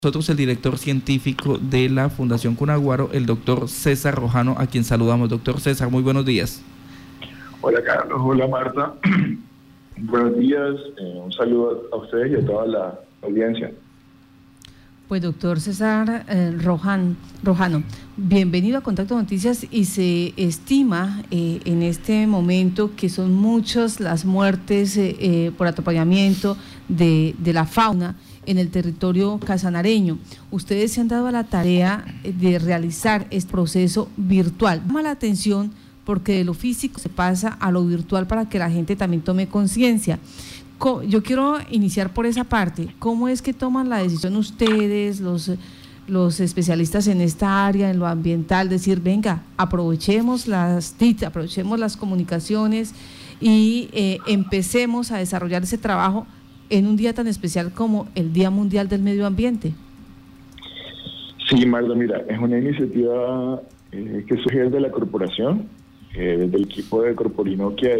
Nosotros el director científico de la Fundación Cunaguaro, el doctor César Rojano, a quien saludamos. Doctor César, muy buenos días. Hola Carlos, hola Marta. Buenos días, un saludo a ustedes y a toda la audiencia. Pues doctor César Rojano, bienvenido a Contacto Noticias. Y se estima en este momento que son muchas las muertes por atropellamiento de la fauna en el territorio casanareño. Ustedes se han dado a la tarea de realizar este proceso virtual. Llama la atención porque de lo físico se pasa a lo virtual para que la gente también tome conciencia. Yo quiero iniciar por esa parte. ¿Cómo es que toman la decisión ustedes, los especialistas en esta área, en lo ambiental, decir, venga, aprovechemos las TIC, aprovechemos las comunicaciones y empecemos a desarrollar ese trabajo en un día tan especial como el Día Mundial del Medio Ambiente? Sí, Marta, mira, es una iniciativa que surge desde la corporación, desde el equipo de Corporinoquia.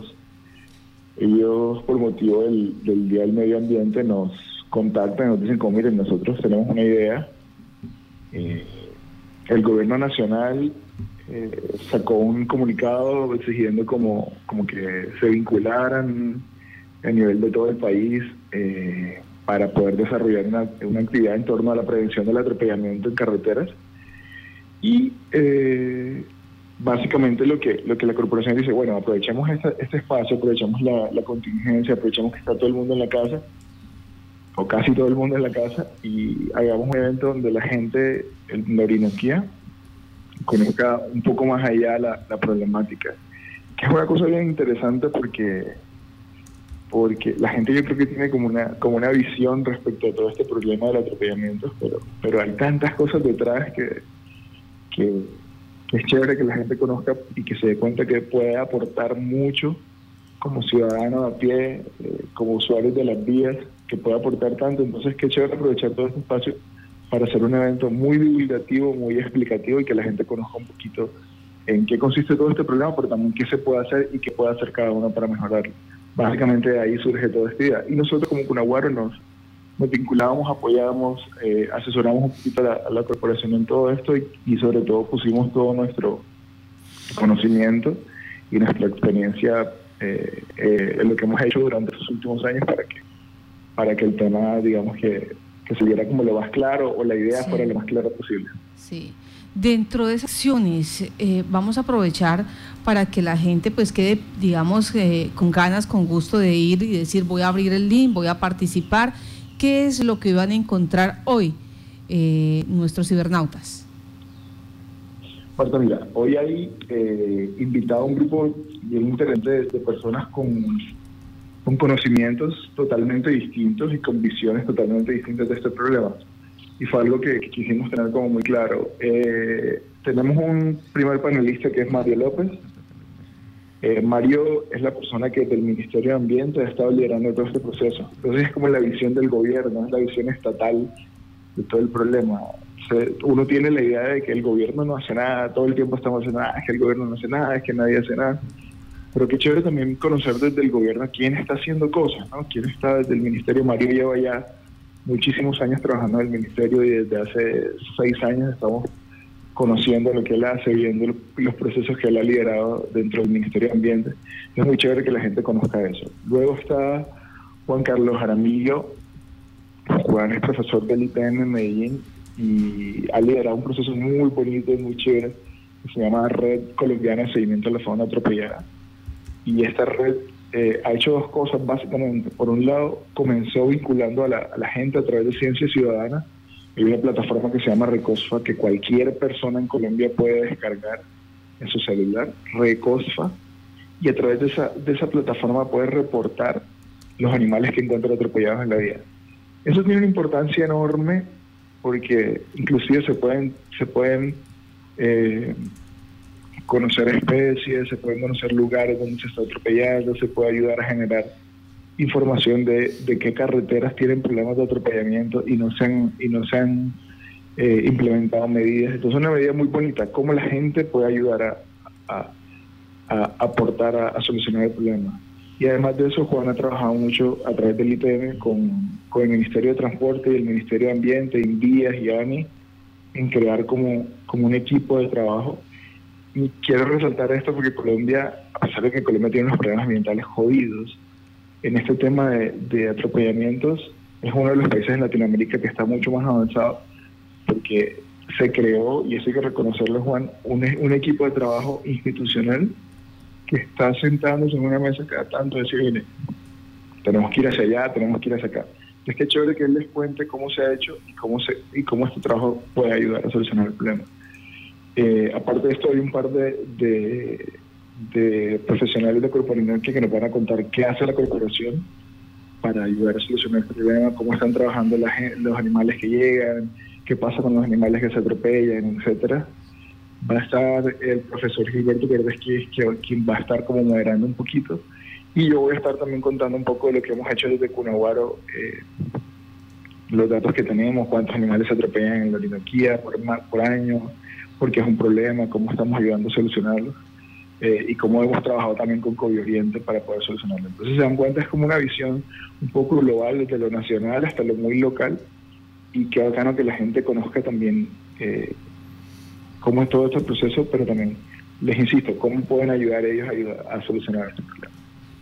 Ellos por motivo del Día del Medio Ambiente nos contactan, nos dicen como, miren, nosotros tenemos una idea. El gobierno nacional sacó un comunicado exigiendo como que se vincularan a nivel de todo el país para poder desarrollar una actividad en torno a la prevención del atropellamiento en carreteras. Y básicamente lo que la corporación dice, bueno, aprovechemos este espacio, aprovechemos la contingencia, aprovechemos que está todo el mundo en la casa, o casi todo el mundo en la casa, y hagamos un evento donde la gente en la Orinoquía conozca un poco más allá la problemática, que es una cosa bien interesante porque la gente, yo creo que tiene como una visión respecto a todo este problema del atropellamiento, pero hay tantas cosas detrás que es chévere que la gente conozca y que se dé cuenta que puede aportar mucho como ciudadano a pie, como usuarios de las vías, que puede aportar tanto. Entonces, qué chévere aprovechar todo este espacio para hacer un evento muy divulgativo, muy explicativo, y que la gente conozca un poquito en qué consiste todo este problema, pero también qué se puede hacer y qué puede hacer cada uno para mejorarlo. Básicamente de ahí surge toda esta idea. Y nosotros como Cunaguaro nos vinculábamos, apoyábamos, asesoramos un poquito a la corporación en todo esto y sobre todo pusimos todo nuestro conocimiento y nuestra experiencia en lo que hemos hecho durante estos últimos años para que el tema, digamos, que se viera como lo más claro, o la idea fuera lo más clara posible. Sí. Dentro de esas acciones vamos a aprovechar para que la gente pues quede, digamos, con ganas, con gusto de ir y decir, voy a abrir el link, voy a participar. ¿Qué es lo que van a encontrar hoy nuestros cibernautas? Marta, mira, hoy hay invitado a un grupo bien interesante de personas con conocimientos totalmente distintos y con visiones totalmente distintas de este problema. Y fue algo que quisimos tener como muy claro. Tenemos un primer panelista que es Mario López. Mario es la persona que del Ministerio de Ambiente ha estado liderando todo este proceso. Entonces es como la visión del gobierno, es la visión estatal de todo el problema. Uno tiene la idea de que el gobierno no hace nada, todo el tiempo estamos diciendo, es que el gobierno no hace nada, es que nadie hace nada. Pero qué chévere también conocer desde el gobierno quién está haciendo cosas, ¿no? Quién está desde el Ministerio. Mario lleva ya muchísimos años trabajando en el Ministerio y desde hace 6 años estamos conociendo lo que él hace, viendo los procesos que él ha liderado dentro del Ministerio de Ambiente. Es muy chévere que la gente conozca eso. Luego está Juan Carlos Jaramillo. Juan es profesor del IPN en Medellín y ha liderado un proceso muy bonito y muy chévere que se llama Red Colombiana de Seguimiento a la Fauna Atropellada. Y esta red ha hecho dos cosas básicamente. Por un lado, comenzó vinculando a la gente a través de Ciencia Ciudadana. Hay una plataforma que se llama Recosfa, que cualquier persona en Colombia puede descargar en su celular, Recosfa, y a través de esa plataforma puede reportar los animales que encuentra atropellados en la vía. Eso tiene una importancia enorme porque inclusive se pueden conocer especies, se pueden conocer lugares donde se está atropellando, se puede ayudar a generar información de qué carreteras tienen problemas de atropellamiento y no se han implementado medidas. Entonces es una medida muy bonita, cómo la gente puede ayudar a aportar a solucionar el problema. Y además de eso, Juan ha trabajado mucho a través del IPM con el Ministerio de Transporte y el Ministerio de Ambiente, INVIAS y ANI, en crear como un equipo de trabajo. Y quiero resaltar esto porque Colombia, a pesar de que Colombia tiene unos problemas ambientales jodidos, en este tema de atropellamientos, es uno de los países en Latinoamérica que está mucho más avanzado, porque se creó, y eso hay que reconocerlo, Juan, un equipo de trabajo institucional que está sentándose en una mesa cada tanto y decir, mire, tenemos que ir hacia allá, tenemos que ir hacia acá. Es que es chévere que él les cuente cómo se ha hecho y cómo este trabajo puede ayudar a solucionar el problema. Aparte de esto, hay un par de profesionales de Corporinor que nos van a contar qué hace la corporación para ayudar a solucionar este problema, cómo están trabajando los animales que llegan, qué pasa con los animales que se atropellan, etcétera. Va a estar el profesor Gilberto Verdes, quien va a estar como moderando un poquito, y yo voy a estar también contando un poco de lo que hemos hecho desde Cunaguaro, los datos que tenemos, cuántos animales se atropellan en la Orinoquía por año, porque es un problema, cómo estamos ayudando a solucionarlo, y cómo hemos trabajado también con Covioriente para poder solucionarlo. Entonces se dan cuenta, es como una visión un poco global, desde lo nacional hasta lo muy local, y qué bacano que la gente conozca también cómo es todo este proceso, pero también, les insisto, cómo pueden ayudar ellos a solucionar este problema.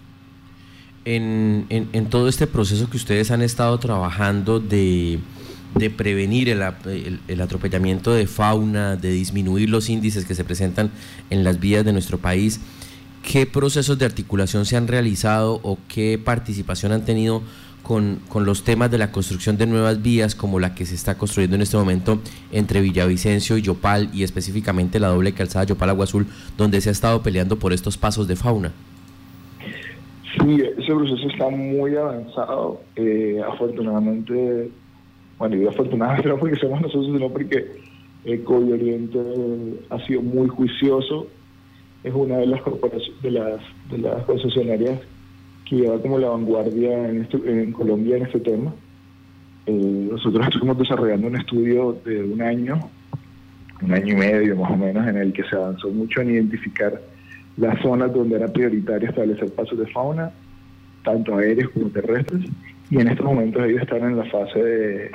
En todo este proceso que ustedes han estado trabajando de prevenir el atropellamiento de fauna, de disminuir los índices que se presentan en las vías de nuestro país, ¿qué procesos de articulación se han realizado o qué participación han tenido con los temas de la construcción de nuevas vías, como la que se está construyendo en este momento entre Villavicencio y Yopal, y específicamente la doble calzada Yopal-Agua Azul, donde se ha estado peleando por estos pasos de fauna? Sí, ese proceso está muy avanzado. Afortunadamente, bueno, y afortunadamente no porque somos nosotros, sino porque Covioriente ha sido muy juicioso. Es una de las corporaciones, de las concesionarias que lleva como la vanguardia en Colombia en este tema. Nosotros estuvimos desarrollando un estudio de un año y medio más o menos, en el que se avanzó mucho en identificar las zonas donde era prioritario establecer pasos de fauna, tanto aéreos como terrestres, y en estos momentos ellos están en la fase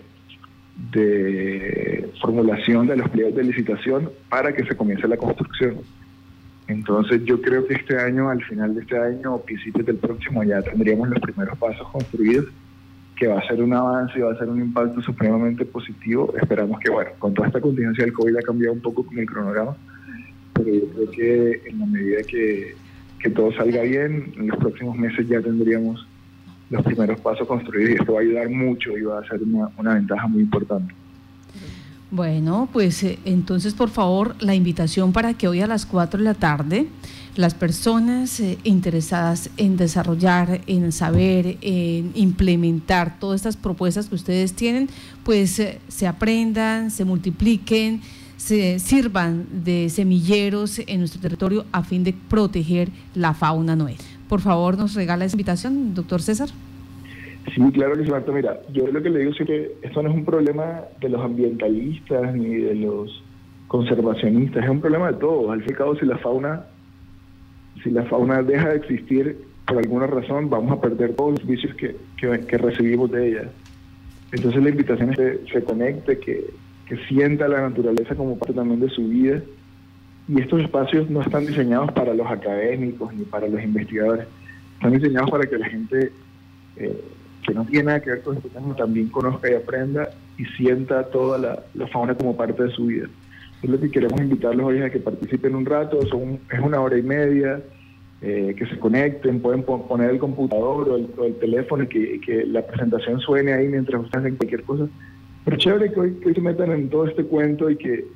de formulación de los pliegos de licitación para que se comience la construcción. Entonces yo creo que este año, al final de este año o principios del próximo, ya tendríamos los primeros pasos construidos, que va a ser un avance y va a ser un impacto supremamente positivo. Esperamos que, bueno, con toda esta contingencia del COVID ha cambiado un poco con el cronograma, pero yo creo que en la medida que todo salga bien, en los próximos meses ya tendríamos los primeros pasos construidos, y esto va a ayudar mucho y va a ser una ventaja muy importante. Bueno, pues entonces, por favor, la invitación para que hoy a las 4 de la tarde las personas interesadas en desarrollar, en saber, en implementar todas estas propuestas que ustedes tienen, pues se aprendan, se multipliquen, se sirvan de semilleros en nuestro territorio a fin de proteger la fauna noel. Por favor, nos regala esa invitación, doctor César. Sí, claro que sí, Marta. Mira, yo lo que le digo es que esto no es un problema de los ambientalistas ni de los conservacionistas, es un problema de todos. Al fin y al cabo, si la fauna deja de existir por alguna razón, vamos a perder todos los servicios que recibimos de ella. Entonces la invitación es que se conecte, que sienta la naturaleza como parte también de su vida. Y estos espacios no están diseñados para los académicos ni para los investigadores, están diseñados para que la gente que no tiene nada que ver con este tema también conozca y aprenda y sienta toda la fauna como parte de su vida. Es lo que queremos invitarlos hoy, a que participen un rato. Es 1 hora y media, que se conecten, pueden poner el computador o el teléfono y que la presentación suene ahí mientras ustedes hacen cualquier cosa. Pero chévere que hoy se metan en todo este cuento y que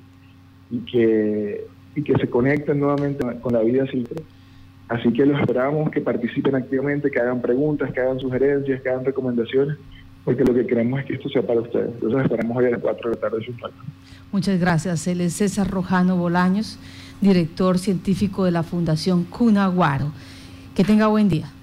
se conecten nuevamente con la vida silvestre. Así que los esperamos, que participen activamente, que hagan preguntas, que hagan sugerencias, que hagan recomendaciones, porque lo que queremos es que esto sea para ustedes. Entonces esperamos hoy a las 4 de la tarde. Muchas gracias. Él es César Rojano Bolaños, director científico de la Fundación Cunaguaro. Que tenga buen día.